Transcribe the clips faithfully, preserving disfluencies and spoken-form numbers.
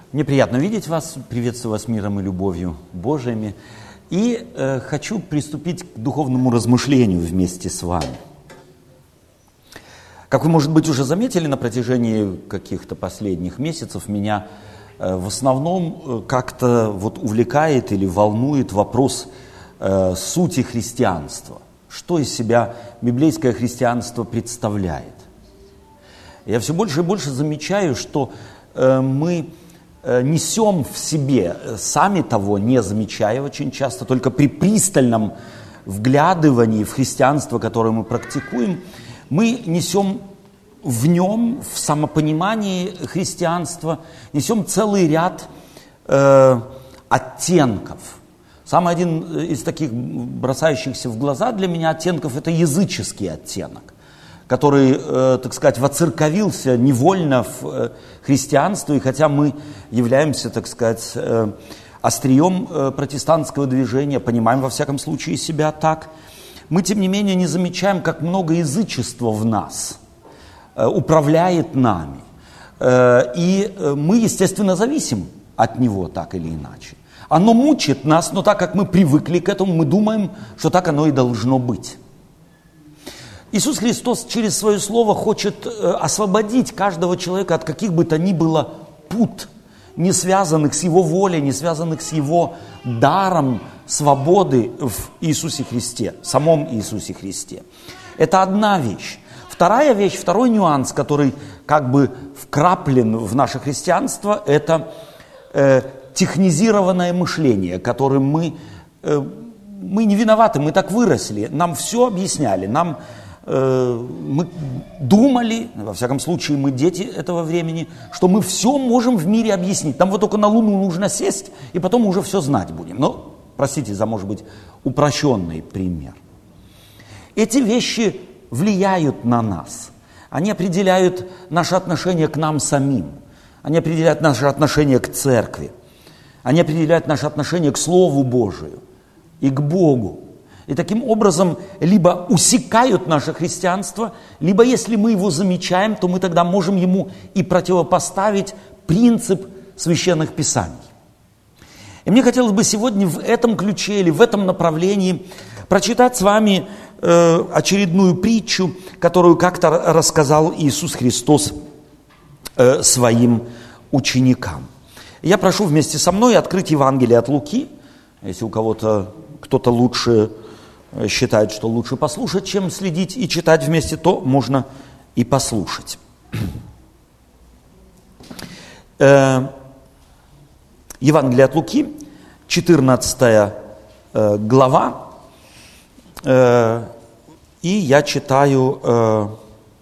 Мне приятно видеть вас, приветствую вас миром и любовью Божьими. И э, хочу приступить к духовному размышлению вместе с вами. Как вы, может быть, уже заметили, на протяжении каких-то последних месяцев меня э, в основном э, как-то вот увлекает или волнует вопрос э, сути христианства. Что из себя библейское христианство представляет? Я все больше и больше замечаю, что э, мы несем в себе, сами того не замечая очень часто, только при пристальном вглядывании в христианство, которое мы практикуем, мы несем в нем, в самопонимании христианства, несем целый ряд э, оттенков. Самый один из таких бросающихся в глаза для меня оттенков – это языческий оттенок, который, э, так сказать, воцерковился невольно в э, христианство, и хотя мы являемся, так сказать, э, острием э, протестантского движения, понимаем во всяком случае себя так, мы, тем не менее, не замечаем, как много язычества в нас э, управляет нами. Э, и э, мы, естественно, зависим от него так или иначе. Оно мучит нас, но так как мы привыкли к этому, мы думаем, что так оно и должно быть. Иисус Христос через свое слово хочет освободить каждого человека от каких бы то ни было пут, не связанных с его волей, не связанных с его даром свободы в Иисусе Христе, самом Иисусе Христе. Это одна вещь. Вторая вещь, второй нюанс, который как бы вкраплен в наше христианство, это э, технизированное мышление, которым мы, э, мы не виноваты, мы так выросли, нам все объясняли, нам... мы думали, во всяком случае мы дети этого времени, что мы все можем в мире объяснить. Нам вот только на Луну нужно сесть, и потом уже все знать будем. Но, простите за, может быть, упрощенный пример. Эти вещи влияют на нас. Они определяют наше отношение к нам самим. Они определяют наше отношение к церкви. Они определяют наше отношение к Слову Божию и к Богу. И таким образом либо усекают наше христианство, либо если мы его замечаем, то мы тогда можем ему и противопоставить принцип священных писаний. И мне хотелось бы сегодня в этом ключе или в этом направлении прочитать с вами э, очередную притчу, которую как-то рассказал Иисус Христос э, своим ученикам. Я прошу вместе со мной открыть Евангелие от Луки, если у кого-то кто-то лучше... считает, что лучше послушать, чем следить и читать вместе, то можно и послушать. Евангелие от Луки, четырнадцатая глава, и я читаю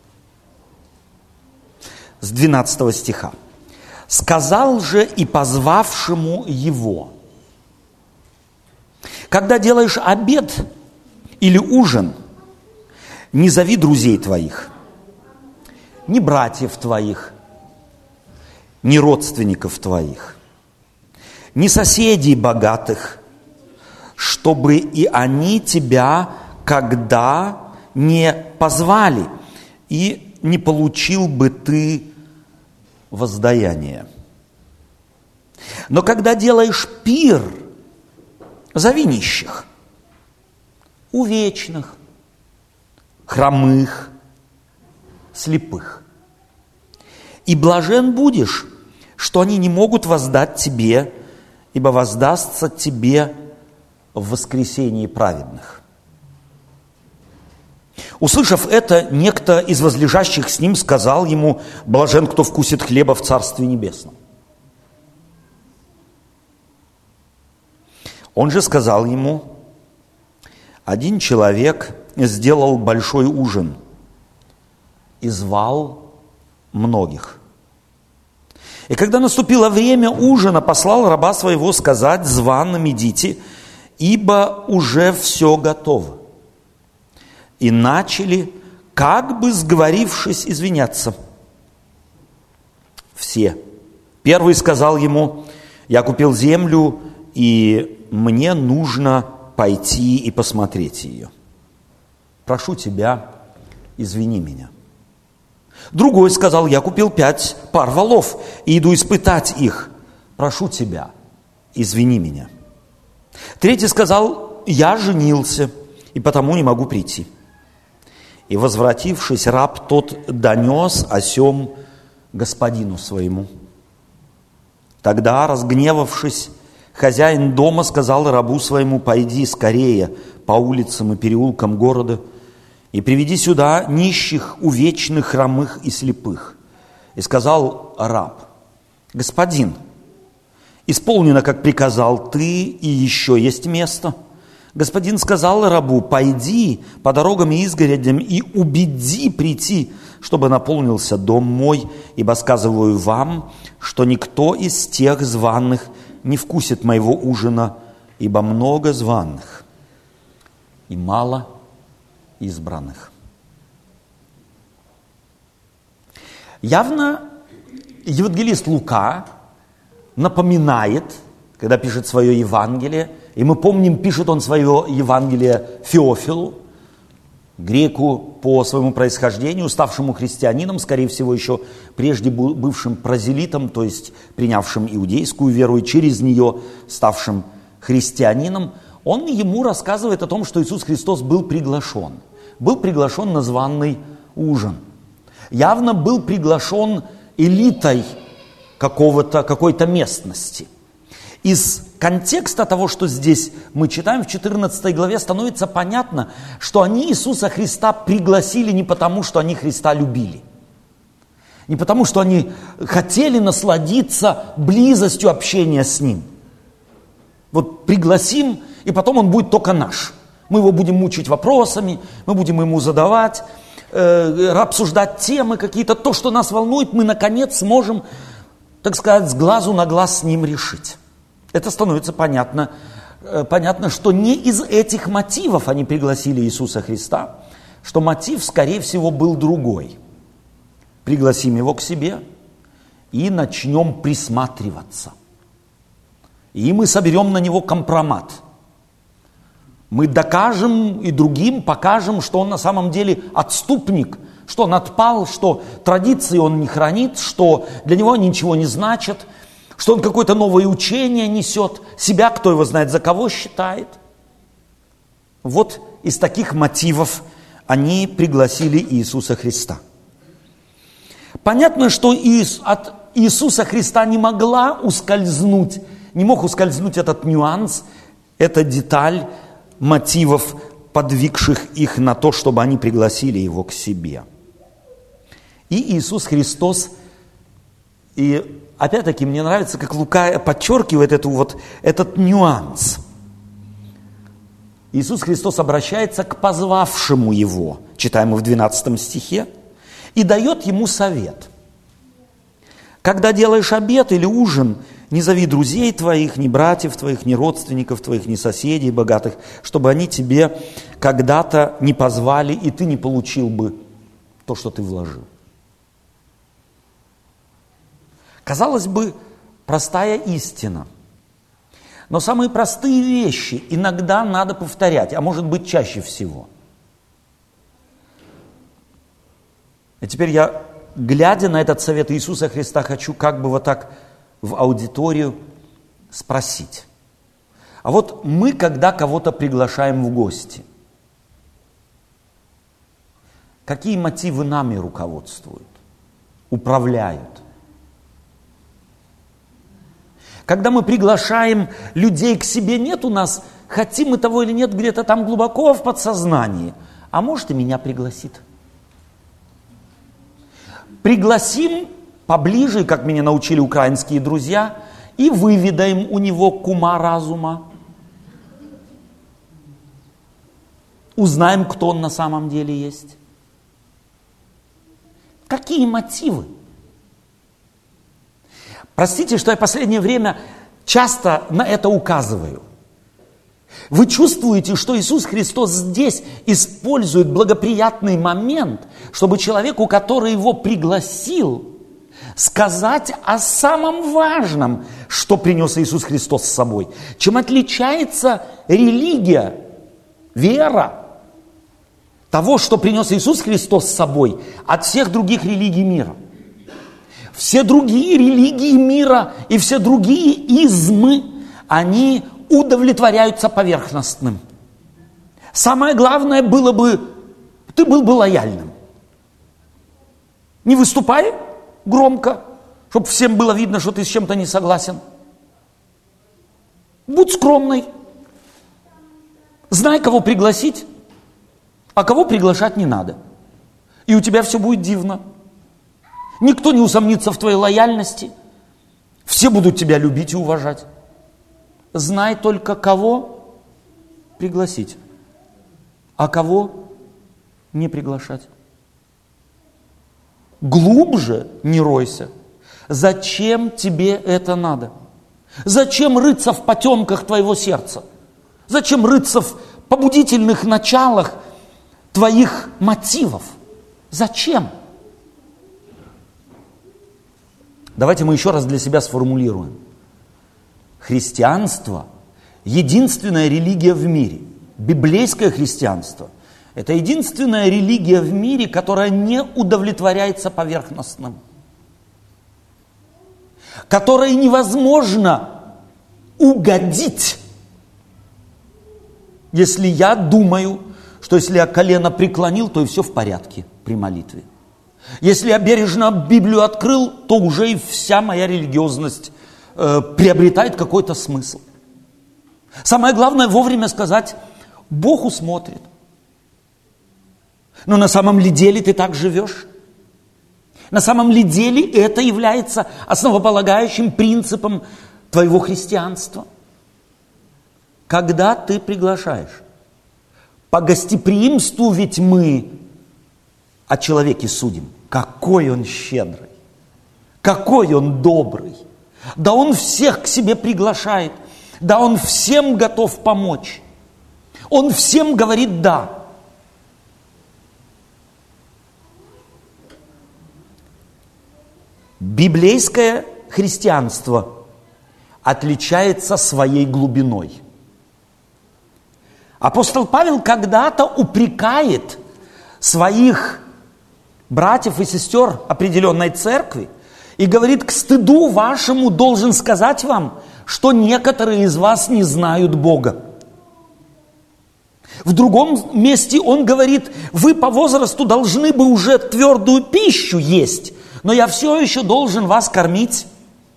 с двенадцатого стиха. «Сказал же и позвавшему его: когда делаешь обед или ужин, не зови друзей твоих, ни братьев твоих, ни родственников твоих, ни соседей богатых, чтобы и они тебя когда не позвали, и не получил бы ты воздаяние. Но когда делаешь пир, зови нищих, увечных, хромых, слепых. И блажен будешь, что они не могут воздать тебе, ибо воздастся тебе в воскресении праведных». Услышав это, некто из возлежащих с ним сказал ему: «Блажен, кто вкусит хлеба в Царстве Небесном». Он же сказал ему: один человек сделал большой ужин и звал многих. И когда наступило время ужина, послал раба своего сказать званым: идите, ибо уже все готово. И начали, как бы сговорившись, извиняться. Все. Первый сказал ему: я купил землю, и мне нужно пойти и посмотреть ее. Прошу тебя, извини меня. Другой сказал: я купил пять пар волов и иду испытать их, прошу тебя, извини меня. Третий сказал: я женился, и потому не могу прийти. И, возвратившись, раб тот донес о сем господину своему. Тогда, разгневавшись, хозяин дома сказал рабу своему: пойди скорее по улицам и переулкам города и приведи сюда нищих, увечных, хромых и слепых. И сказал раб: господин, исполнено, как приказал ты, и еще есть место. Господин сказал рабу: пойди по дорогам и изгородям и убеди прийти, чтобы наполнился дом мой, ибо сказываю вам, что никто из тех званых не вкусит моего ужина, ибо много званых и мало избранных. Явно евангелист Лука напоминает, когда пишет свое Евангелие, и мы помним, пишет он свое Евангелие Феофилу, греку по своему происхождению, ставшему христианином, скорее всего, еще прежде бывшим прозелитом, то есть принявшим иудейскую веру и через нее ставшим христианином. Он ему рассказывает о том, что Иисус Христос был приглашен. Был приглашен на званый ужин. Явно был приглашен элитой какого-то, какой-то местности. Из контекста того, что здесь мы читаем в четырнадцатой главе, становится понятно, что они Иисуса Христа пригласили не потому, что они Христа любили. Не потому, что они хотели насладиться близостью общения с Ним. Вот пригласим, и потом Он будет только наш. Мы его будем мучить вопросами, мы будем ему задавать, э, обсуждать темы какие-то. То, что нас волнует, мы наконец сможем, так сказать, с глазу на глаз с Ним решить. Это становится понятно, понятно, что не из этих мотивов они пригласили Иисуса Христа, что мотив, скорее всего, был другой. Пригласим Его к себе и начнем присматриваться. И мы соберем на Него компромат. Мы докажем и другим покажем, что Он на самом деле отступник, что Он отпал, что традиции Он не хранит, что для Него ничего не значит, что Он какое-то новое учение несет, себя, кто его знает, за кого считает. Вот из таких мотивов они пригласили Иисуса Христа. Понятно, что от Иисуса Христа не могла ускользнуть, не мог ускользнуть этот нюанс, эта деталь мотивов, подвигших их на то, чтобы они пригласили Его к себе. И Иисус Христос, и опять-таки, мне нравится, как Лука подчеркивает эту вот, этот нюанс. Иисус Христос обращается к позвавшему Его, читаем мы в двенадцатом стихе, и дает ему совет. Когда делаешь обед или ужин, не зови друзей твоих, ни братьев твоих, ни родственников твоих, ни соседей богатых, чтобы они тебе когда-то не позвали, и ты не получил бы то, что ты вложил. Казалось бы, простая истина. Но самые простые вещи иногда надо повторять, а может быть чаще всего. И теперь я, глядя на этот совет Иисуса Христа, хочу как бы вот так в аудиторию спросить. А вот мы, когда кого-то приглашаем в гости, какие мотивы нами руководствуют, управляют? Когда мы приглашаем людей к себе, нет у нас, хотим мы того или нет, где-то там глубоко в подсознании. А может, и меня пригласит. Пригласим поближе, как меня научили украинские друзья, и выведаем у него кума разума. Узнаем, кто он на самом деле есть. Какие мотивы? Простите, что я в последнее время часто на это указываю. Вы чувствуете, что Иисус Христос здесь использует благоприятный момент, чтобы человеку, который его пригласил, сказать о самом важном, что принес Иисус Христос с собой. Чем отличается религия, вера того, что принес Иисус Христос с собой, от всех других религий мира. Все другие религии мира и все другие измы, они удовлетворяются поверхностным. Самое главное было бы, ты был бы лояльным. Не выступай громко, чтобы всем было видно, что ты с чем-то не согласен. Будь скромной. Знай, кого пригласить, а кого приглашать не надо. И у тебя все будет дивно. Никто не усомнится в твоей лояльности. Все будут тебя любить и уважать. Знай только, кого пригласить, а кого не приглашать. Глубже не ройся. Зачем тебе это надо? Зачем рыться в потемках твоего сердца? Зачем рыться в побудительных началах твоих мотивов? Зачем? Давайте мы еще раз для себя сформулируем. Христианство – единственная религия в мире. Библейское христианство – это единственная религия в мире, которая не удовлетворяется поверхностным, которой невозможно угодить, если я думаю, что если я колено преклонил, то и все в порядке при молитве. Если я бережно Библию открыл, то уже и вся моя религиозность э, приобретает какой-то смысл. Самое главное вовремя сказать, Бог усмотрит. Но на самом ли деле ты так живешь? На самом ли деле это является основополагающим принципом твоего христианства? Когда ты приглашаешь? По гостеприимству ведь мы о человеке судим. Какой он щедрый, какой он добрый. Да он всех к себе приглашает, да он всем готов помочь. Он всем говорит «да». Библейское христианство отличается своей глубиной. Апостол Павел когда-то упрекает своих братьев и сестер определенной церкви и говорит: к стыду вашему должен сказать вам, что некоторые из вас не знают Бога. В другом месте он говорит: вы по возрасту должны бы уже твердую пищу есть, но я все еще должен вас кормить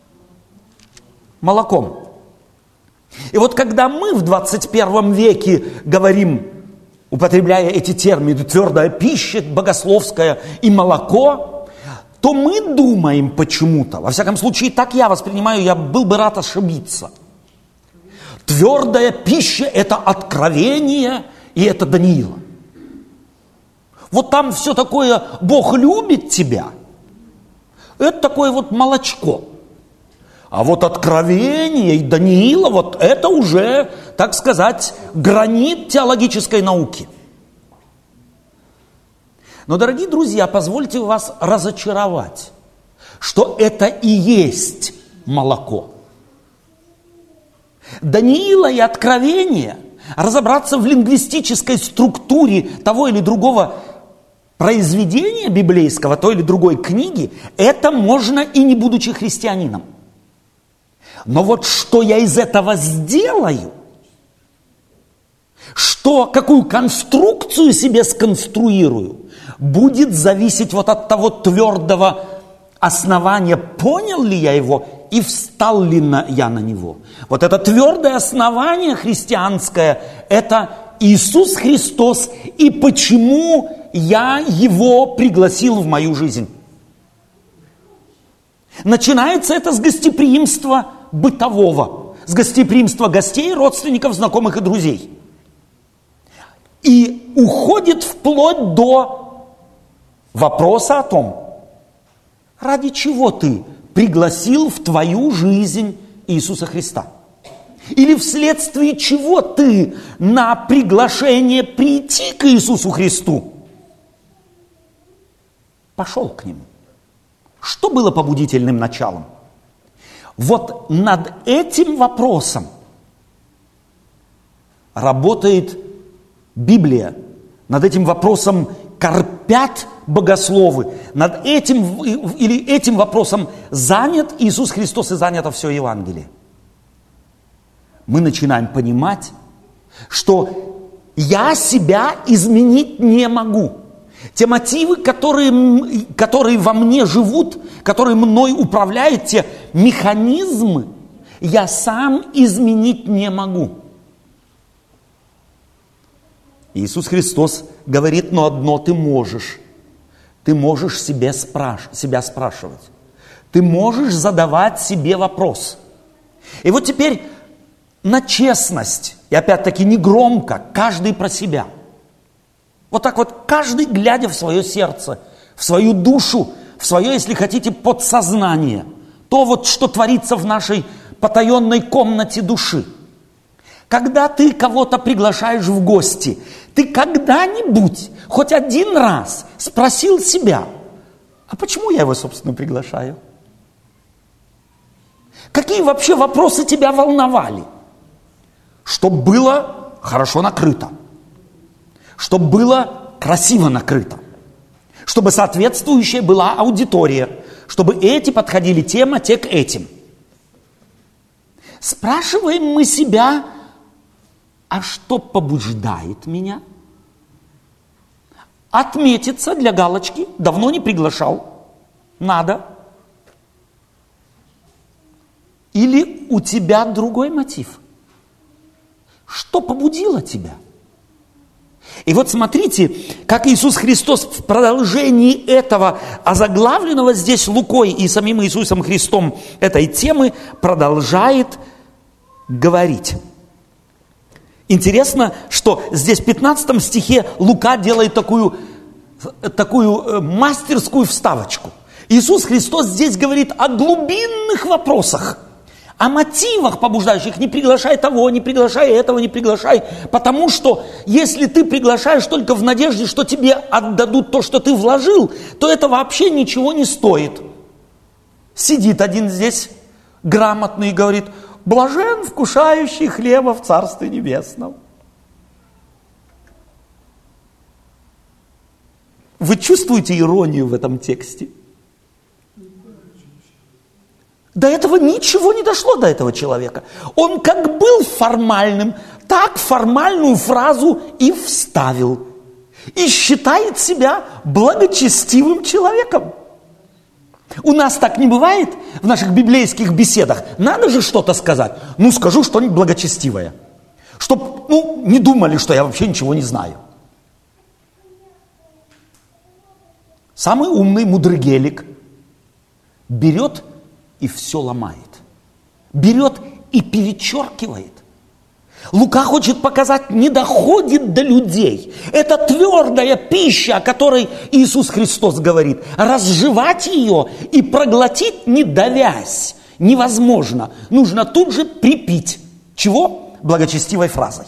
молоком. И вот когда мы в двадцать первом веке говорим, употребляя эти термины, твердая пища, богословская и молоко, то мы думаем почему-то, во всяком случае так я воспринимаю, я был бы рад ошибиться. Твердая пища – это откровение, и это Даниила. Вот там все такое, Бог любит тебя. Это такое вот молочко. А вот откровение и Даниила, вот это уже, так сказать, гранит теологической науки. Но, дорогие друзья, позвольте вас разочаровать, что это и есть молоко. Даниила и откровение, разобраться в лингвистической структуре того или другого произведения библейского, той или другой книги, это можно и не будучи христианином. Но вот что я из этого сделаю, что, какую конструкцию себе сконструирую, будет зависеть вот от того твердого основания, понял ли я его и встал ли на, я на него. Вот это твердое основание христианское, это Иисус Христос, и почему я его пригласил в мою жизнь. Начинается это с гостеприимства бытового, с гостеприимства гостей, родственников, знакомых и друзей. И уходит вплоть до вопроса о том, ради чего ты пригласил в твою жизнь Иисуса Христа. Или вследствие чего ты на приглашение прийти к Иисусу Христу пошел к Нему. Что было побудительным началом? Вот над этим вопросом работает Библия, над этим вопросом корпят богословы, над этим или этим вопросом занят Иисус Христос и занято все Евангелие. Мы начинаем понимать, что я себя изменить не могу. Те мотивы, которые, которые во мне живут, которые мной управляют, те механизмы, я сам изменить не могу. Иисус Христос говорит, но одно ты можешь. Ты можешь себе спраш- себя спрашивать. Ты можешь задавать себе вопрос. И вот теперь на честность, и опять-таки не громко, каждый про себя. Вот так вот, каждый, глядя в свое сердце, в свою душу, в свое, если хотите, подсознание. То вот, что творится в нашей потаенной комнате души. Когда ты кого-то приглашаешь в гости, ты когда-нибудь, хоть один раз спросил себя, а почему я его, собственно, приглашаю? Какие вообще вопросы тебя волновали? Чтобы было хорошо накрыто, чтобы было красиво накрыто, чтобы соответствующая была аудитория, чтобы эти подходили тем, а те к этим. Спрашиваем мы себя, а что побуждает меня? Отметиться для галочки, давно не приглашал, надо. Или у тебя другой мотив? Что побудило тебя? И вот смотрите, как Иисус Христос в продолжении этого озаглавленного здесь Лукой и самим Иисусом Христом этой темы продолжает говорить. Интересно, что здесь в пятнадцатом стихе Лука делает такую, такую мастерскую вставочку. Иисус Христос здесь говорит о глубинных вопросах, о мотивах побуждающих. Не приглашай того, не приглашай этого, не приглашай. Потому что если ты приглашаешь только в надежде, что тебе отдадут то, что ты вложил, то это вообще ничего не стоит. Сидит один здесь грамотный и говорит: блажен вкушающий хлеба в Царстве Небесном. Вы чувствуете иронию в этом тексте? До этого ничего не дошло до этого человека. Он как был формальным, так формальную фразу и вставил. И считает себя благочестивым человеком. У нас так не бывает в наших библейских беседах. Надо же что-то сказать. Ну, скажу что-нибудь благочестивое. Чтоб, ну, не думали, что я вообще ничего не знаю. Самый умный мудрыгелик берет и все ломает. Берет и перечеркивает. Лука хочет показать, не доходит до людей. Это твердая пища, о которой Иисус Христос говорит. Разжевать ее и проглотить, не давясь, невозможно. Нужно тут же припить. Чего? Благочестивой фразой.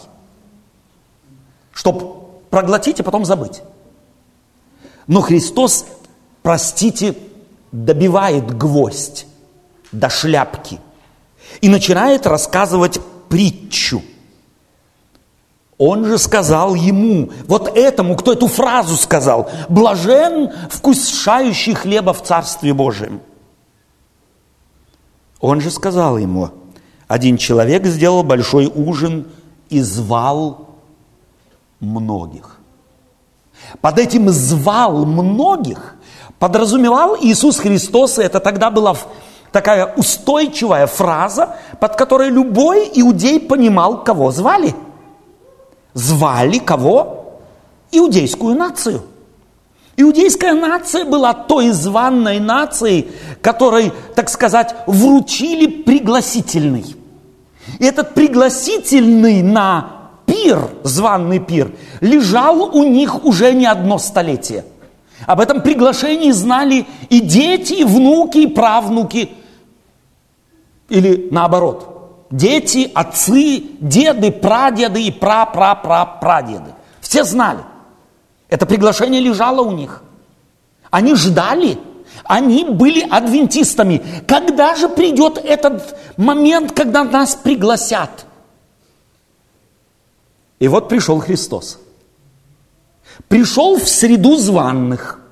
Чтоб проглотить и потом забыть. Но Христос, простите, добивает гвоздь до шляпки и начинает рассказывать притчу. Он же сказал ему, вот этому, кто эту фразу сказал: блажен вкушающий хлеба в Царстве Божьем. Он же сказал ему: один человек сделал большой ужин и звал многих. Под этим «звал многих» подразумевал Иисус Христос, и это тогда была такая устойчивая фраза, под которой любой иудей понимал, кого звали. Звали кого? Иудейскую нацию. Иудейская нация была той званной нацией, которой, так сказать, вручили пригласительный. И этот пригласительный на пир, званный пир, лежал у них уже не одно столетие. Об этом приглашении знали и дети, и внуки, и правнуки. Или наоборот, дети, отцы, деды, прадеды и пра-пра-пра-прадеды. Все знали. Это приглашение лежало у них. Они ждали. Они были адвентистами. Когда же придет этот момент, когда нас пригласят? И вот пришел Христос. пришел в среду званных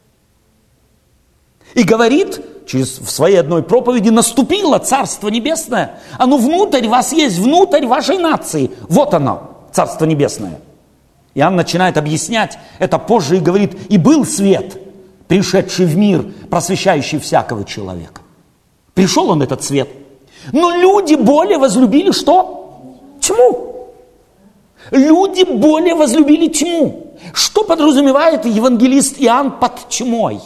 и говорит, через, в своей одной проповеди: наступило Царство Небесное, оно внутрь вас есть, внутрь вашей нации. Вот оно, Царство Небесное. Иоанн начинает объяснять это позже и говорит: и был свет, пришедший в мир, просвещающий всякого человека. Пришел он, этот свет. Но люди более возлюбили что? Тьму. Люди более возлюбили тьму. Что подразумевает евангелист Иоанн под тьмой?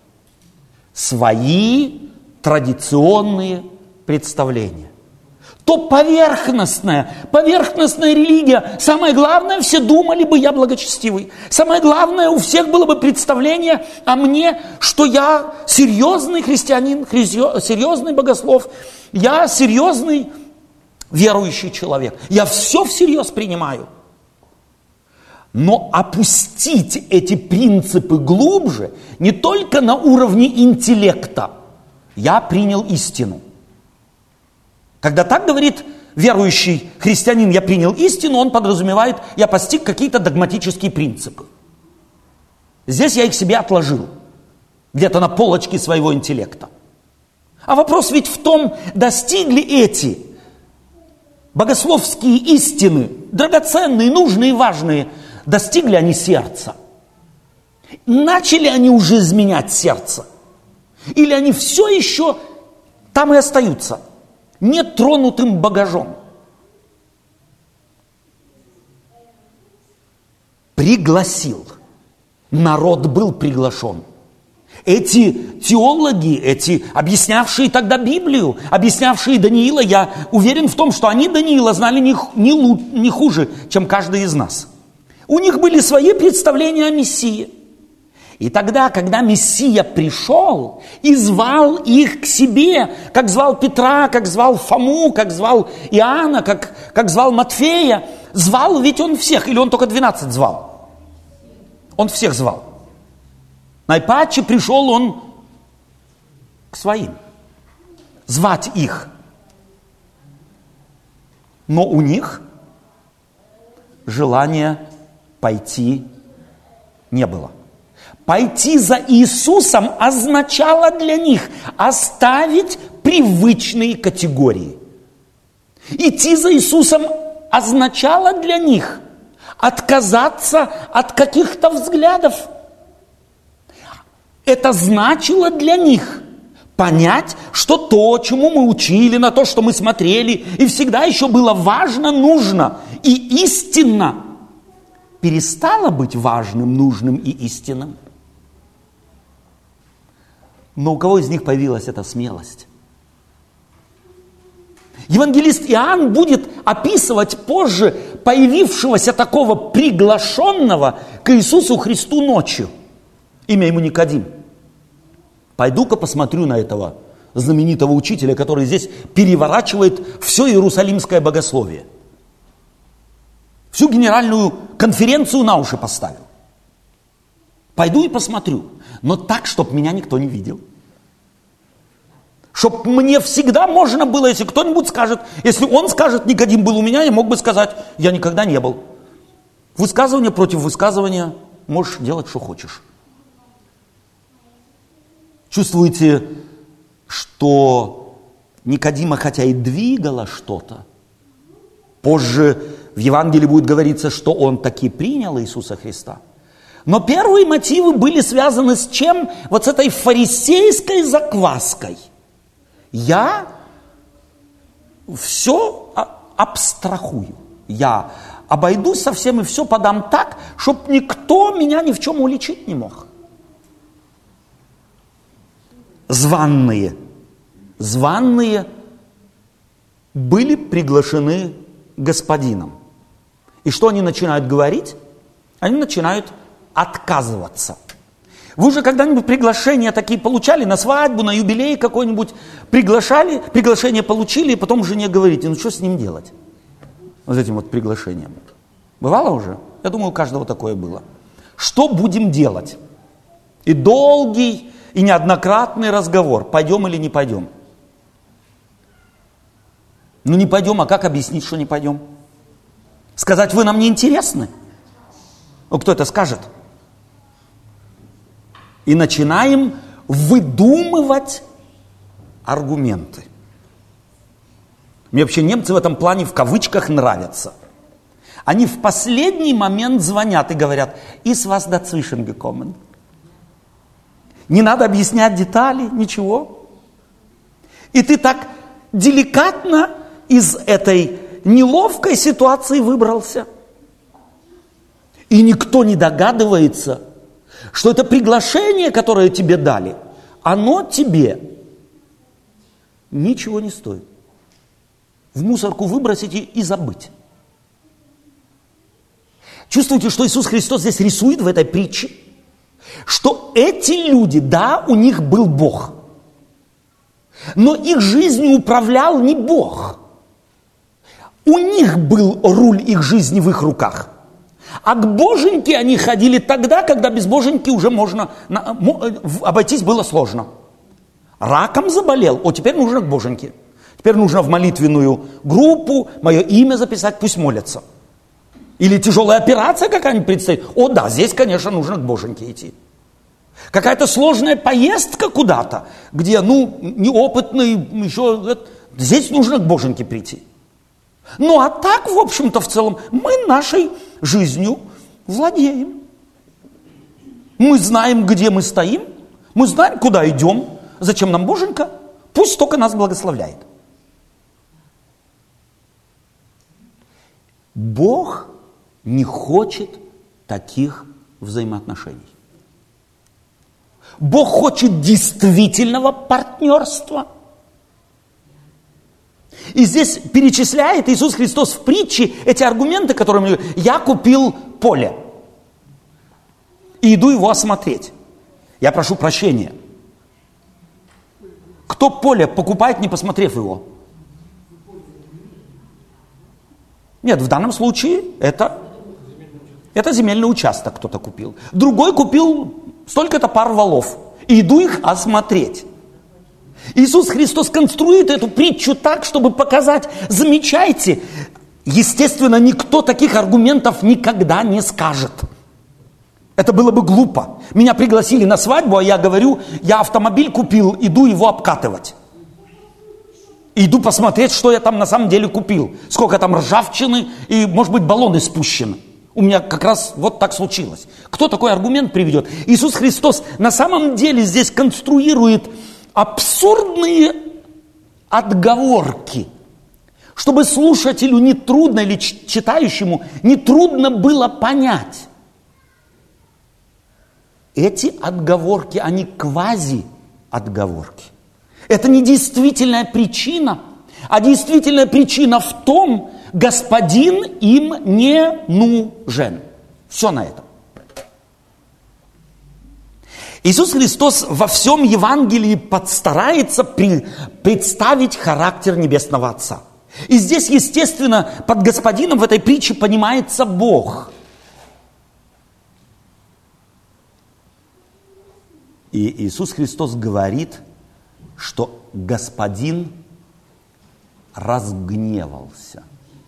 Свои традиционные представления. То поверхностная, поверхностная религия. Самое главное, все думали бы: я благочестивый. Самое главное, у всех было бы представление о мне, что я серьезный христианин, серьезный богослов, я серьезный верующий человек. Я все всерьез принимаю. Но опустить эти принципы глубже, не только на уровне интеллекта. Я принял истину. Когда так говорит верующий христианин: я принял истину, он подразумевает: я постиг какие-то догматические принципы. Здесь я их себе отложил, где-то на полочке своего интеллекта. А вопрос ведь в том, достигли эти богословские истины, драгоценные, нужные, важные, достигли они сердца? Начали они уже изменять сердце? Или они все еще там и остаются, нетронутым багажом? Пригласил. Народ был приглашен. Эти теологи, эти объяснявшие тогда Библию, объяснявшие Даниила, я уверен в том, что они Даниила знали не, не, лу, не хуже, чем каждый из нас. У них были свои представления о Мессии. И тогда, когда Мессия пришел и звал их к себе, как звал Петра, как звал Фому, как звал Иоанна, как, как звал Матфея, звал ведь он всех, или он только двенадцать звал? Он всех звал. Наипаче пришел он к своим, звать их. Но у них желания пойти не было. Пойти за Иисусом означало для них оставить привычные категории. Идти за Иисусом означало для них отказаться от каких-то взглядов. Это значило для них понять, что то, чему мы учили, на то, что мы смотрели, и всегда еще было важно, нужно и истинно, перестало быть важным, нужным и истинным. Но у кого из них появилась эта смелость? Евангелист Иоанн будет описывать позже появившегося такого приглашенного к Иисусу Христу ночью. Имя ему Никодим. Пойду-ка посмотрю на этого знаменитого учителя, который здесь переворачивает все иерусалимское богословие. Всю генеральную конференцию на уши поставил. Пойду и посмотрю. Но так, чтобы меня никто не видел. Чтоб мне всегда можно было, если кто-нибудь скажет, если он скажет: Никодим был у меня, я мог бы сказать: я никогда не был. Высказывание против высказывания, можешь делать, что хочешь. Чувствуете, что Никодима, хотя и двигало что-то, позже в Евангелии будет говориться, что он таки принял Иисуса Христа. Но первые мотивы были связаны с чем? Вот с этой фарисейской закваской. Я все абстрахую. Я обойдусь со всем и все подам так, чтобы никто меня ни в чем уличить не мог. Званные. Званные были приглашены господином. И что они начинают говорить? Они начинают отказываться. Вы уже когда-нибудь приглашения такие получали на свадьбу, на юбилей какой-нибудь? Приглашали, приглашение получили, и потом жене говорите: ну что с ним делать? Вот этим вот приглашением. Бывало уже? Я думаю, у каждого такое было. Что будем делать? И долгий, и неоднократный разговор. Пойдем или не пойдем? Ну не пойдем, а как объяснить, что не пойдем? Сказать: вы нам не интересны? Ну кто это скажет? И начинаем выдумывать аргументы. Мне вообще немцы в этом плане в кавычках нравятся. Они в последний момент звонят и говорят: «Ist was dazwischen gekommen?» Не надо объяснять детали, ничего. И ты так деликатно из этой неловкой ситуации выбрался. И никто не догадывается, что это приглашение, которое тебе дали, оно тебе ничего не стоит. В мусорку выбросить и, и забыть. Чувствуете, что Иисус Христос здесь рисует в этой притче? Что эти люди, да, у них был Бог, но их жизнью управлял не Бог. У них был руль их жизни в их руках. А к Боженьке они ходили тогда, когда без Боженьки уже можно обойтись было сложно. Раком заболел, о, теперь нужно к Боженьке. Теперь нужно в молитвенную группу мое имя записать, пусть молятся. Или тяжелая операция какая-нибудь предстоит. О да, здесь, конечно, нужно к Боженьке идти. Какая-то сложная поездка куда-то, где, ну, неопытный еще... Здесь нужно к Боженьке прийти. Ну, а так, в общем-то, в целом, мы нашей жизнью владеем. Мы знаем, где мы стоим, мы знаем, куда идем. Зачем нам Боженька? Пусть только нас благословляет. Бог не хочет таких взаимоотношений. Бог хочет действительного партнерства. И здесь перечисляет Иисус Христос в притче эти аргументы, которые я купил поле и иду его осмотреть. Я прошу прощения. Кто поле покупает, не посмотрев его? Нет, в данном случае это, это земельный участок кто-то купил. Другой купил столько-то пар валов. И иду их осмотреть. Иисус Христос конструирует эту притчу так, чтобы показать, замечайте, естественно, никто таких аргументов никогда не скажет. Это было бы глупо. Меня пригласили на свадьбу, а я говорю, я автомобиль купил, иду его обкатывать. Иду посмотреть, что я там на самом деле купил. Сколько там ржавчины и, может быть, баллоны спущены. У меня как раз вот так случилось. Кто такой аргумент приведет? Иисус Христос на самом деле здесь конструирует абсурдные отговорки, чтобы слушателю не трудно или читающему не трудно было понять. Эти отговорки, они квази-отговорки. Это не действительная причина, а действительная причина в том, господин им не нужен. Все на этом. Иисус Христос во всем Евангелии подстарается при, представить характер Небесного Отца. И здесь, естественно, под господином в этой притче понимается Бог. И Иисус Христос говорит, что господин разгневался.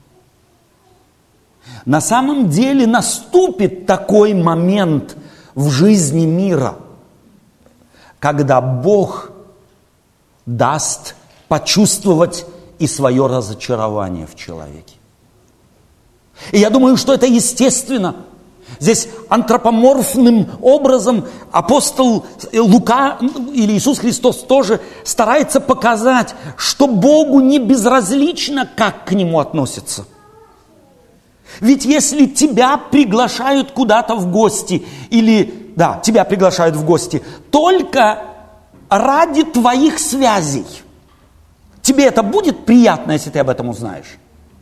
На самом деле наступит такой момент в жизни мира, когда Бог даст почувствовать и свое разочарование в человеке. И я думаю, что это естественно. Здесь антропоморфным образом апостол Лука или Иисус Христос тоже старается показать, что Богу не безразлично, как к Нему относятся. Ведь если тебя приглашают куда-то в гости, или, да, тебя приглашают в гости, только ради твоих связей, тебе это будет приятно, если ты об этом узнаешь?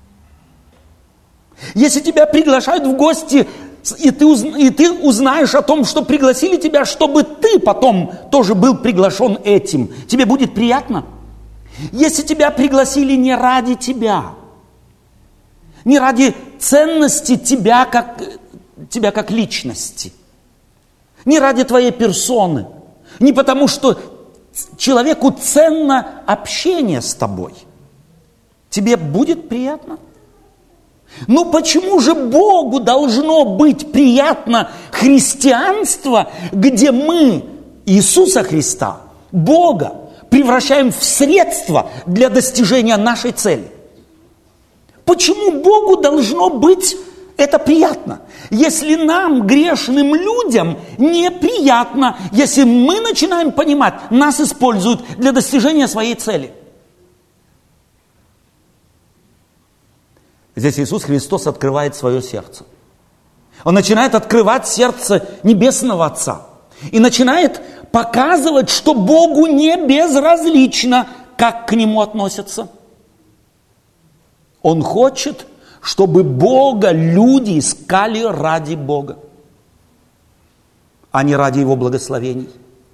Если тебя приглашают в гости, и ты, и ты узнаешь о том, что пригласили тебя, чтобы ты потом тоже был приглашен этим, тебе будет приятно? Если тебя пригласили не ради тебя, не ради ценности тебя как, тебя как личности, не ради твоей персоны, не потому что человеку ценно общение с тобой, тебе будет приятно? Ну почему же Богу должно быть приятно христианство, где мы Иисуса Христа, Бога, превращаем в средство для достижения нашей цели. Почему Богу должно быть это приятно? Если нам, грешным людям, неприятно, если мы начинаем понимать, нас используют для достижения своей цели. Здесь Иисус Христос открывает свое сердце. Он начинает открывать сердце Небесного Отца. И начинает показывать, что Богу не безразлично, как к Нему относятся. Он хочет, чтобы Бога люди искали ради Бога, а не ради Его благословений.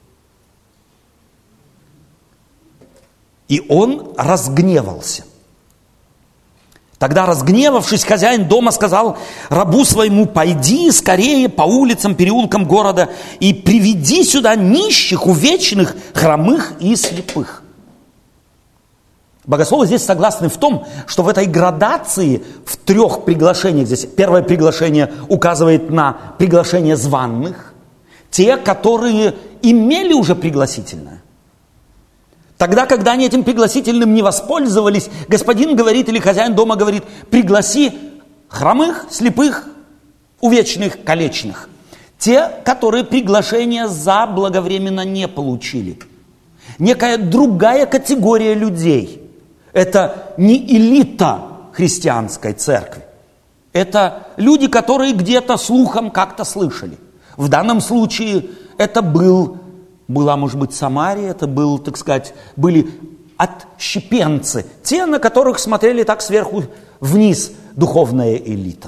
И он разгневался. Тогда, разгневавшись, хозяин дома сказал рабу своему: пойди скорее по улицам, переулкам города и приведи сюда нищих, увечных, хромых и слепых. Богословы здесь согласны в том, что в этой градации в трех приглашениях, здесь первое приглашение указывает на приглашение званых, те, которые имели уже пригласительное. Тогда, когда они этим пригласительным не воспользовались, господин говорит, или хозяин дома говорит: пригласи хромых, слепых, увечных, калечных. Те, которые приглашение заблаговременно не получили. Некая другая категория людей. Это не элита христианской церкви. Это люди, которые где-то слухом как-то слышали. В данном случае это был, была, может быть, Самария, это был, так сказать, были отщепенцы, те, на которых смотрели так сверху вниз духовная элита.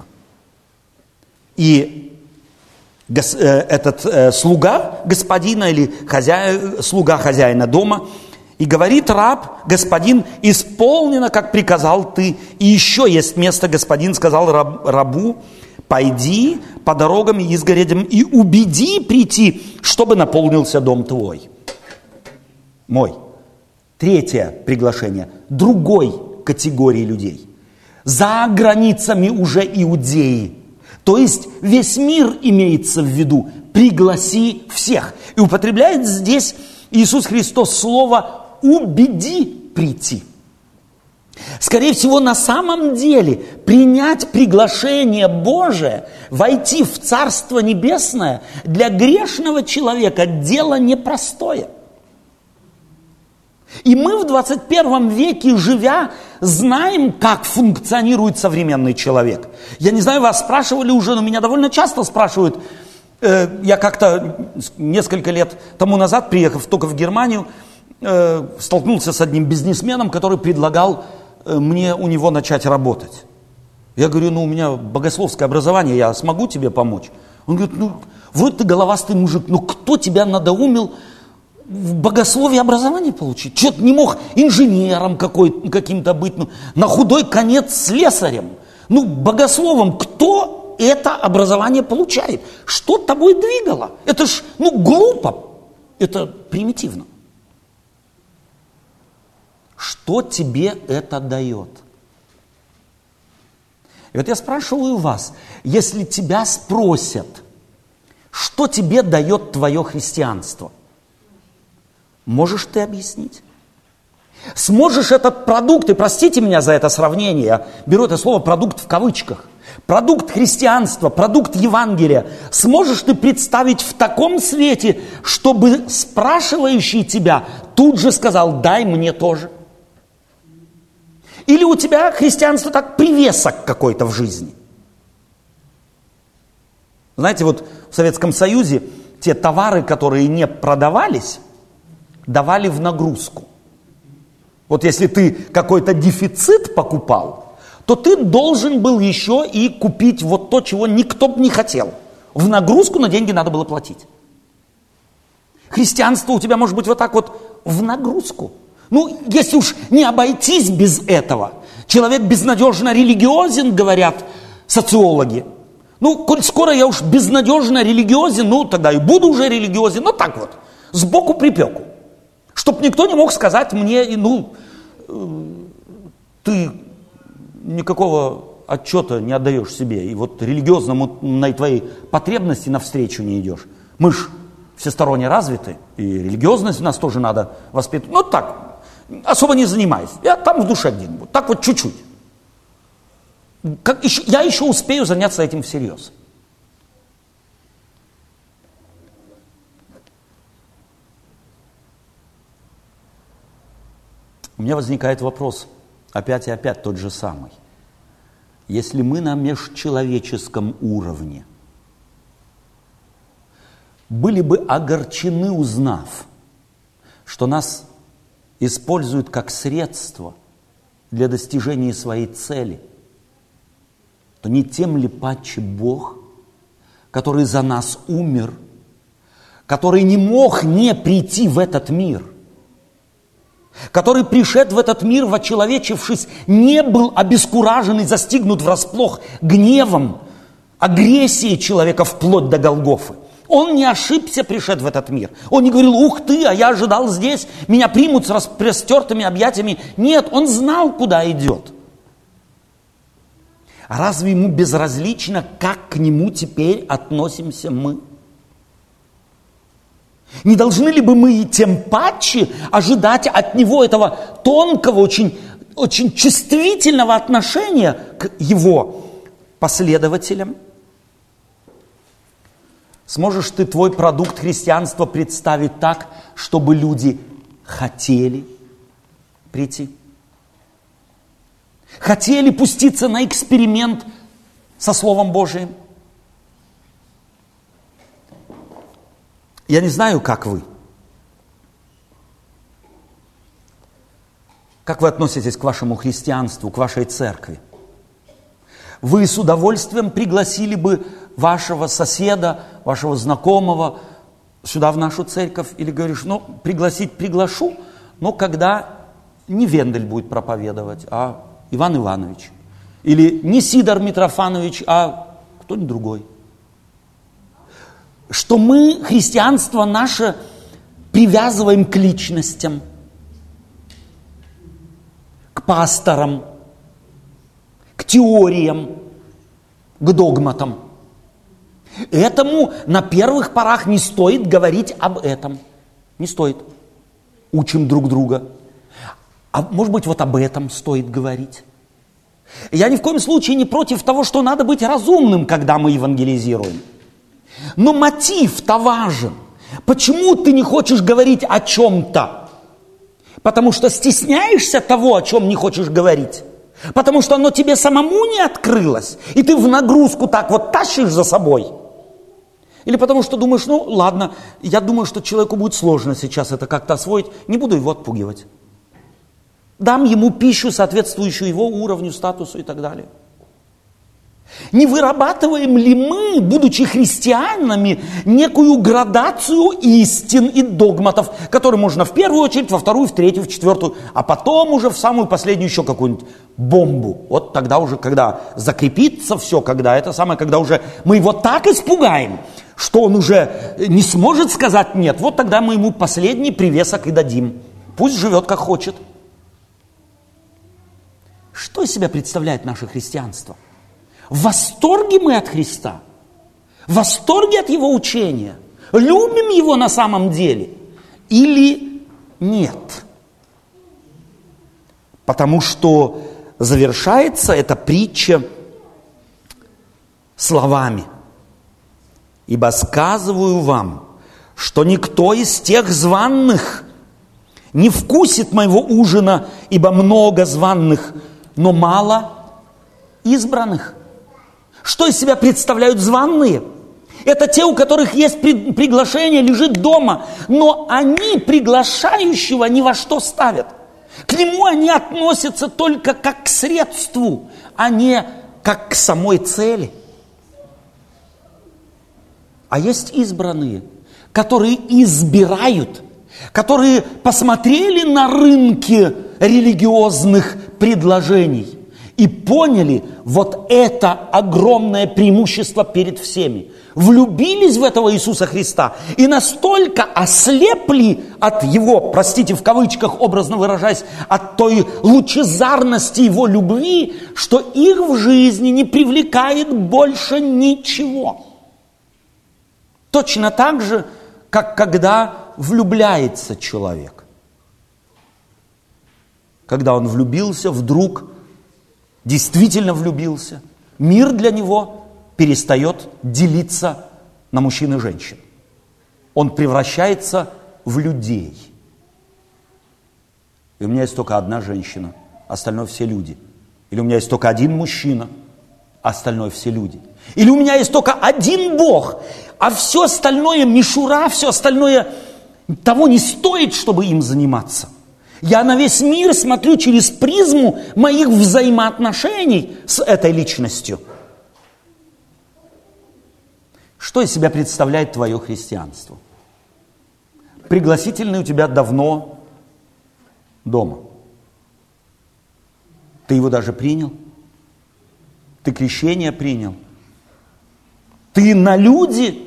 И гос, э, этот э, слуга господина или хозяин, слуга хозяина дома, и говорит раб: господин, исполнено, как приказал ты. И еще есть место, господин сказал раб, рабу: пойди по дорогам и изгородям и убеди прийти, чтобы наполнился дом твой. Мой. Третье приглашение другой категории людей. За границами уже Иудеи. То есть весь мир имеется в виду. Пригласи всех. И употребляет здесь Иисус Христос слово «убеди прийти». Скорее всего, на самом деле, принять приглашение Божие, войти в Царство Небесное, для грешного человека дело непростое. И мы в двадцать первом веке, живя, знаем, как функционирует современный человек. Я не знаю, вас спрашивали уже, но меня довольно часто спрашивают. Я как-то несколько лет тому назад, приехав только в Германию, столкнулся с одним бизнесменом, который предлагал мне у него начать работать. Я говорю: ну, у меня богословское образование, я смогу тебе помочь? Он говорит: ну, вроде ты головастый мужик, но кто тебя надоумил в богословие образование получить? Что ты не мог инженером какой, каким-то быть, ну, на худой конец слесарем? Ну, богословом кто это образование получает? Что тобой двигало? Это ж, ну, глупо, это примитивно. Что тебе это дает? И вот я спрашиваю вас, если тебя спросят, что тебе дает твое христианство, можешь ты объяснить? Сможешь этот продукт, и простите меня за это сравнение, я беру это слово «продукт» в кавычках, продукт христианства, продукт Евангелия, сможешь ты представить в таком свете, чтобы спрашивающий тебя тут же сказал: дай мне тоже? Или у тебя христианство так привесок какой-то в жизни? Знаете, вот в Советском Союзе те товары, которые не продавались, давали в нагрузку. Вот если ты какой-то дефицит покупал, то ты должен был еще и купить вот то, чего никто бы не хотел. В нагрузку, но деньги надо было платить. Христианство у тебя может быть вот так вот в нагрузку. Ну, если уж не обойтись без этого, человек безнадежно религиозен, говорят социологи. Ну, коль скоро я уж безнадежно религиозен, ну, тогда и буду уже религиозен. Ну, так вот, сбоку припеку. Чтоб никто не мог сказать мне: ну, ты никакого отчета не отдаешь себе, и вот религиозному на твоей потребности навстречу не идешь. Мы ж всесторонне развиты, и религиозность у нас тоже надо воспитывать. Ну так, особо не занимаюсь. Я там в душе где-нибудь, так вот чуть-чуть. Как еще, я еще успею заняться этим всерьез. У меня возникает вопрос, опять и опять тот же самый. Если мы на межчеловеческом уровне были бы огорчены, узнав, что нас используют как средство для достижения своей цели, то не тем ли паче Бог, который за нас умер, который не мог не прийти в этот мир, который, пришед в этот мир, вочеловечившись, не был обескуражен и застигнут врасплох гневом, агрессией человека вплоть до Голгофы. Он не ошибся, пришед в этот мир. Он не говорил: ух ты, а я ожидал здесь, меня примут с распростертыми объятиями. Нет, он знал, куда идет. А разве ему безразлично, как к нему теперь относимся мы? Не должны ли бы мы и тем паче ожидать от него этого тонкого, очень, очень чувствительного отношения к его последователям? Сможешь ты твой продукт христианства представить так, чтобы люди хотели прийти? Хотели пуститься на эксперимент со Словом Божиим? Я не знаю, как вы. Как вы относитесь к вашему христианству, к вашей церкви? Вы с удовольствием пригласили бы вашего соседа, вашего знакомого сюда, в нашу церковь? Или говоришь: ну, пригласить приглашу, но когда не Вендель будет проповедовать, а Иван Иванович. Или не Сидор Митрофанович, а кто-нибудь другой. Что мы христианство наше привязываем к личностям, к пасторам, к теориям, к догматам. Этому на первых порах не стоит говорить об этом. Не стоит. Учим друг друга. А может быть, вот об этом стоит говорить. Я ни в коем случае не против того, что надо быть разумным, когда мы евангелизируем. Но мотив-то важен. Почему ты не хочешь говорить о чем-то? Потому что стесняешься того, о чем не хочешь говорить. Потому что оно тебе самому не открылось. И ты в нагрузку так вот тащишь за собой. Или потому что думаешь: ну ладно, я думаю, что человеку будет сложно сейчас это как-то освоить. Не буду его отпугивать. Дам ему пищу, соответствующую его уровню, статусу и так далее. Не вырабатываем ли мы, будучи христианами, некую градацию истин и догматов, которые можно в первую очередь, во вторую, в третью, в четвертую, а потом уже в самую последнюю еще какую-нибудь бомбу. Вот тогда уже, когда закрепится все, когда это самое, когда уже мы его так испугаем, что он уже не сможет сказать нет, вот тогда мы ему последний привесок и дадим. Пусть живет как хочет. Что из себя представляет наше христианство? В восторге мы от Христа? В восторге от Его учения? Любим Его на самом деле? Или нет? Потому что завершается эта притча словами: «Ибо сказываю вам, что никто из тех званных не вкусит моего ужина, ибо много званных, но мало избранных». Что из себя представляют званые? Это те, у которых есть приглашение, лежит дома, но они приглашающего ни во что ставят. К нему они относятся только как к средству, а не как к самой цели. А есть избранные, которые избирают, которые посмотрели на рынки религиозных предложений и поняли: вот это огромное преимущество перед всеми. Влюбились в этого Иисуса Христа и настолько ослепли от Его, простите, в кавычках, образно выражаясь, от той лучезарности Его любви, что их в жизни не привлекает больше ничего. Точно так же, как когда влюбляется человек. Когда он влюбился, вдруг действительно влюбился, мир для него перестает делиться на мужчин и женщин. Он превращается в людей. И у меня есть только одна женщина, остальное все люди. Или у меня есть только один мужчина, остальное все люди. Или у меня есть только один Бог, а все остальное мишура, все остальное того не стоит, чтобы им заниматься. Я на весь мир смотрю через призму моих взаимоотношений с этой личностью. Что из себя представляет твое христианство? Пригласительный у тебя давно дома. Ты его даже принял? Ты крещение принял? Ты на люди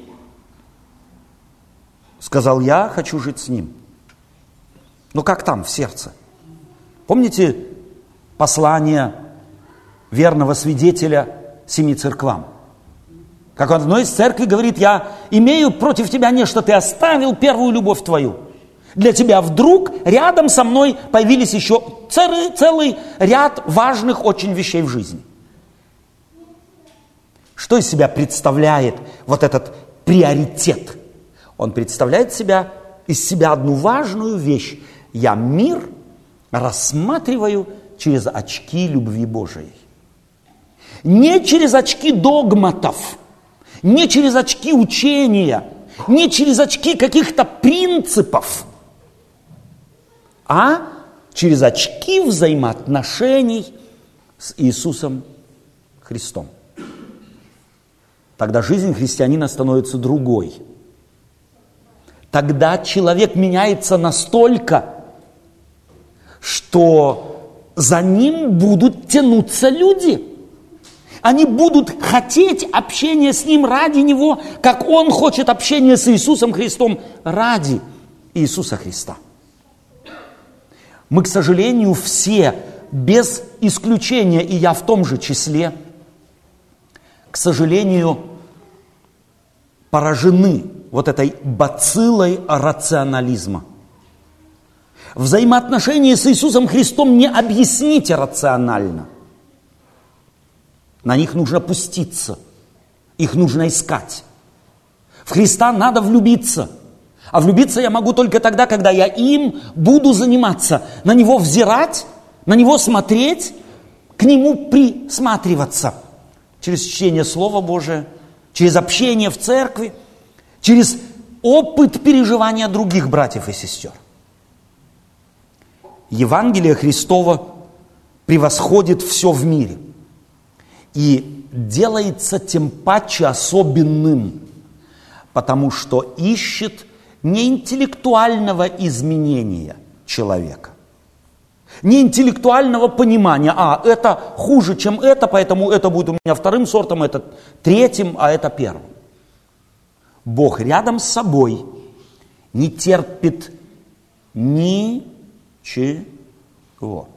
сказал: я хочу жить с ним. Ну как там, в сердце? Помните послание верного свидетеля семи церквам? Как он в одной из церквей говорит: я имею против тебя нечто, ты оставил первую любовь твою. Для тебя вдруг рядом со мной появились еще целый, целый ряд важных очень вещей в жизни. Что из себя представляет вот этот приоритет? Он представляет себя, из себя одну важную вещь. Я мир рассматриваю через очки любви Божией. Не через очки догматов, не через очки учения, не через очки каких-то принципов, а через очки взаимоотношений с Иисусом Христом. Тогда жизнь христианина становится другой. Тогда человек меняется настолько, что за ним будут тянуться люди. Они будут хотеть общения с ним ради него, как он хочет общения с Иисусом Христом ради Иисуса Христа. Мы, к сожалению, все, без исключения, и я в том же числе, к сожалению, поражены вот этой бациллой рационализма. Взаимоотношения с Иисусом Христом не объясните рационально. На них нужно пуститься, их нужно искать. В Христа надо влюбиться. А влюбиться я могу только тогда, когда я им буду заниматься, на Него взирать, на Него смотреть, к Нему присматриваться. Через чтение Слова Божия, через общение в церкви, через опыт переживания других братьев и сестер. Евангелие Христово превосходит все в мире и делается тем паче особенным, потому что ищет не интеллектуального изменения человека, не интеллектуального понимания: а, это хуже, чем это, поэтому это будет у меня вторым сортом, это третьим, а это первым. Бог рядом с собой не терпит ничего.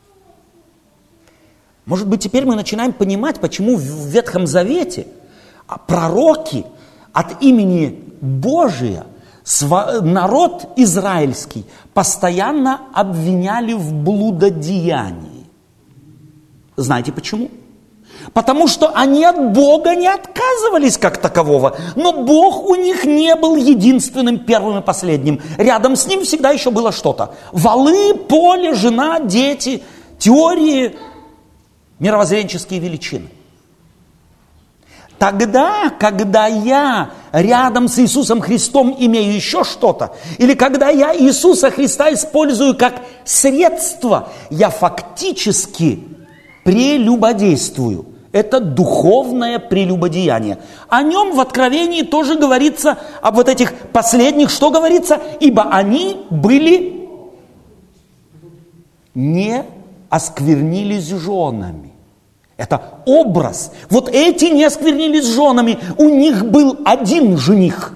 Может быть, теперь мы начинаем понимать, почему в Ветхом Завете пророки от имени Божия народ израильский постоянно обвиняли в блудодеянии. Знаете почему? Потому что они от Бога не отказывались как такового, но Бог у них не был единственным, первым и последним. Рядом с ним всегда еще было что-то. Валы, поле, жена, дети, теории, мировоззренческие величины. Тогда, когда я рядом с Иисусом Христом имею еще что-то, или когда я Иисуса Христа использую как средство, я фактически прелюбодействую. Это духовное прелюбодеяние. О нем в Откровении тоже говорится, об вот этих последних, что говорится? Ибо они были, не осквернились женами. Это образ. Вот эти не осквернились женами. У них был один жених.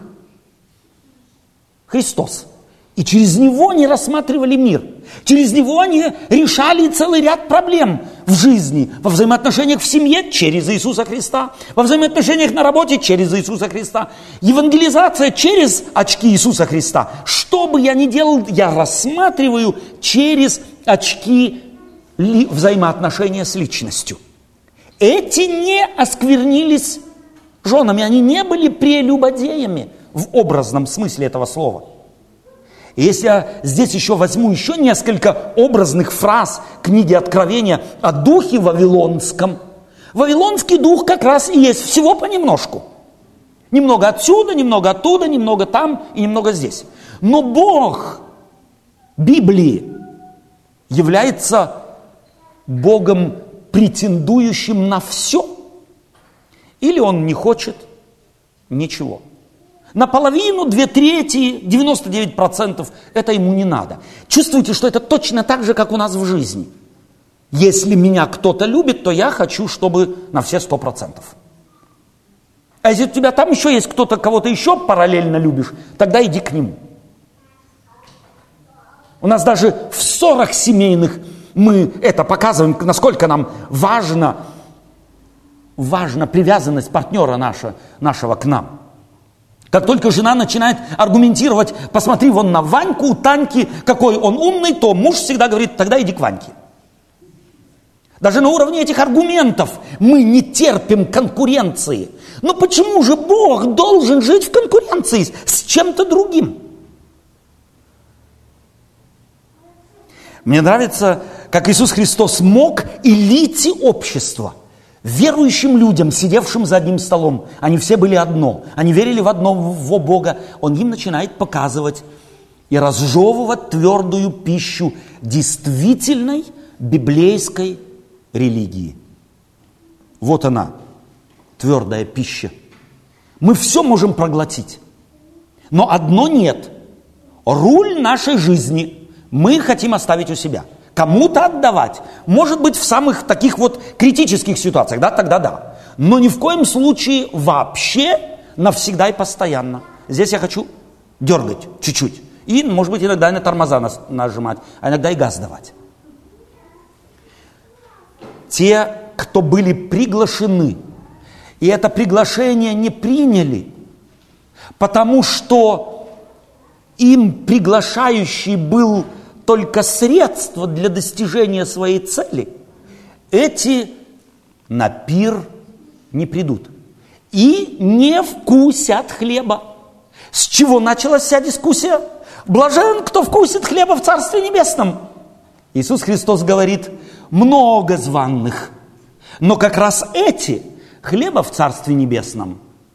Христос. И через него они рассматривали мир. Через него они решали целый ряд проблем. в жизни, во взаимоотношениях в семье через Иисуса Христа, во взаимоотношениях на работе через Иисуса Христа, евангелизация через очки Иисуса Христа. Что бы я ни делал, я рассматриваю через очки взаимоотношения с личностью. Эти не осквернились женами, они не были прелюбодеями в образном смысле этого слова. И если я здесь еще возьму еще несколько образных фраз книги Откровения о духе вавилонском, вавилонский дух как раз и есть всего понемножку. Немного отсюда, немного оттуда, немного там и немного здесь. Но Бог Библии является Богом, претендующим на все, или Он не хочет ничего. Наполовину, две трети, девяносто девять процентов это ему не надо. Чувствуете, что это точно так же, как у нас в жизни. Если меня кто-то любит, то я хочу, чтобы на все сто процентов. А если у тебя там еще есть кто-то, кого-то еще параллельно любишь, тогда иди к нему. У нас даже в ссорах семейных мы это показываем, насколько нам важна, важна привязанность партнера наша, нашего к нам. Как только жена начинает аргументировать, посмотри вон на Ваньку, у Таньки, какой он умный, то муж всегда говорит, тогда иди к Ваньке. Даже на уровне этих аргументов мы не терпим конкуренции. Но почему же Бог должен жить в конкуренции с чем-то другим? Мне нравится, как Иисус Христос мог элите общества, верующим людям, сидевшим за одним столом, они все были одно, они верили в одного Бога, Он им начинает показывать и разжевывать твердую пищу действительной библейской религии. Вот она, твердая пища. Мы все можем проглотить, но одно нет. Руль нашей жизни мы хотим оставить у себя. Кому-то отдавать. Может быть, в самых таких вот критических ситуациях, да, тогда да. Но ни в коем случае вообще навсегда и постоянно. Здесь я хочу дергать чуть-чуть. И, может быть, иногда и на тормоза нажимать, а иногда и газ давать. Те, кто были приглашены, и это приглашение не приняли, потому что им приглашающий был только средство для достижения своей цели, эти на пир не придут и не вкусят хлеба. С чего началась вся дискуссия? Блажен, кто вкусит хлеба в Царстве Небесном. Иисус Христос говорит, много званых, но как раз эти хлеба в Царстве Небесном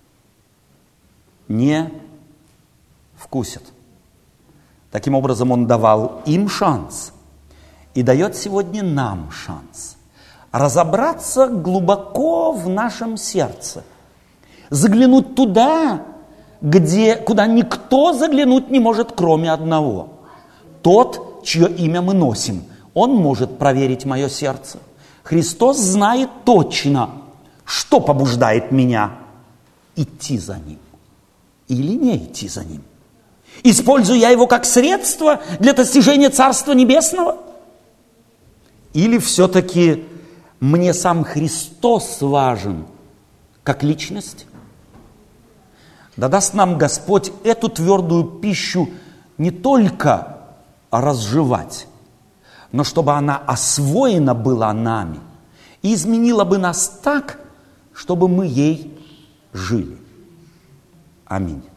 не вкусят. Таким образом, Он давал им шанс и дает сегодня нам шанс разобраться глубоко в нашем сердце, заглянуть туда, где, куда никто заглянуть не может, кроме одного. Тот, чье имя мы носим, Он может проверить мое сердце. Христос знает точно, что побуждает меня идти за Ним или не идти за Ним. Использую я его как средство для достижения Царства Небесного? Или все-таки мне сам Христос важен как личность? Да даст нам Господь эту твердую пищу не только разжевать, но чтобы она освоена была нами и изменила бы нас так, чтобы мы ей жили. Аминь.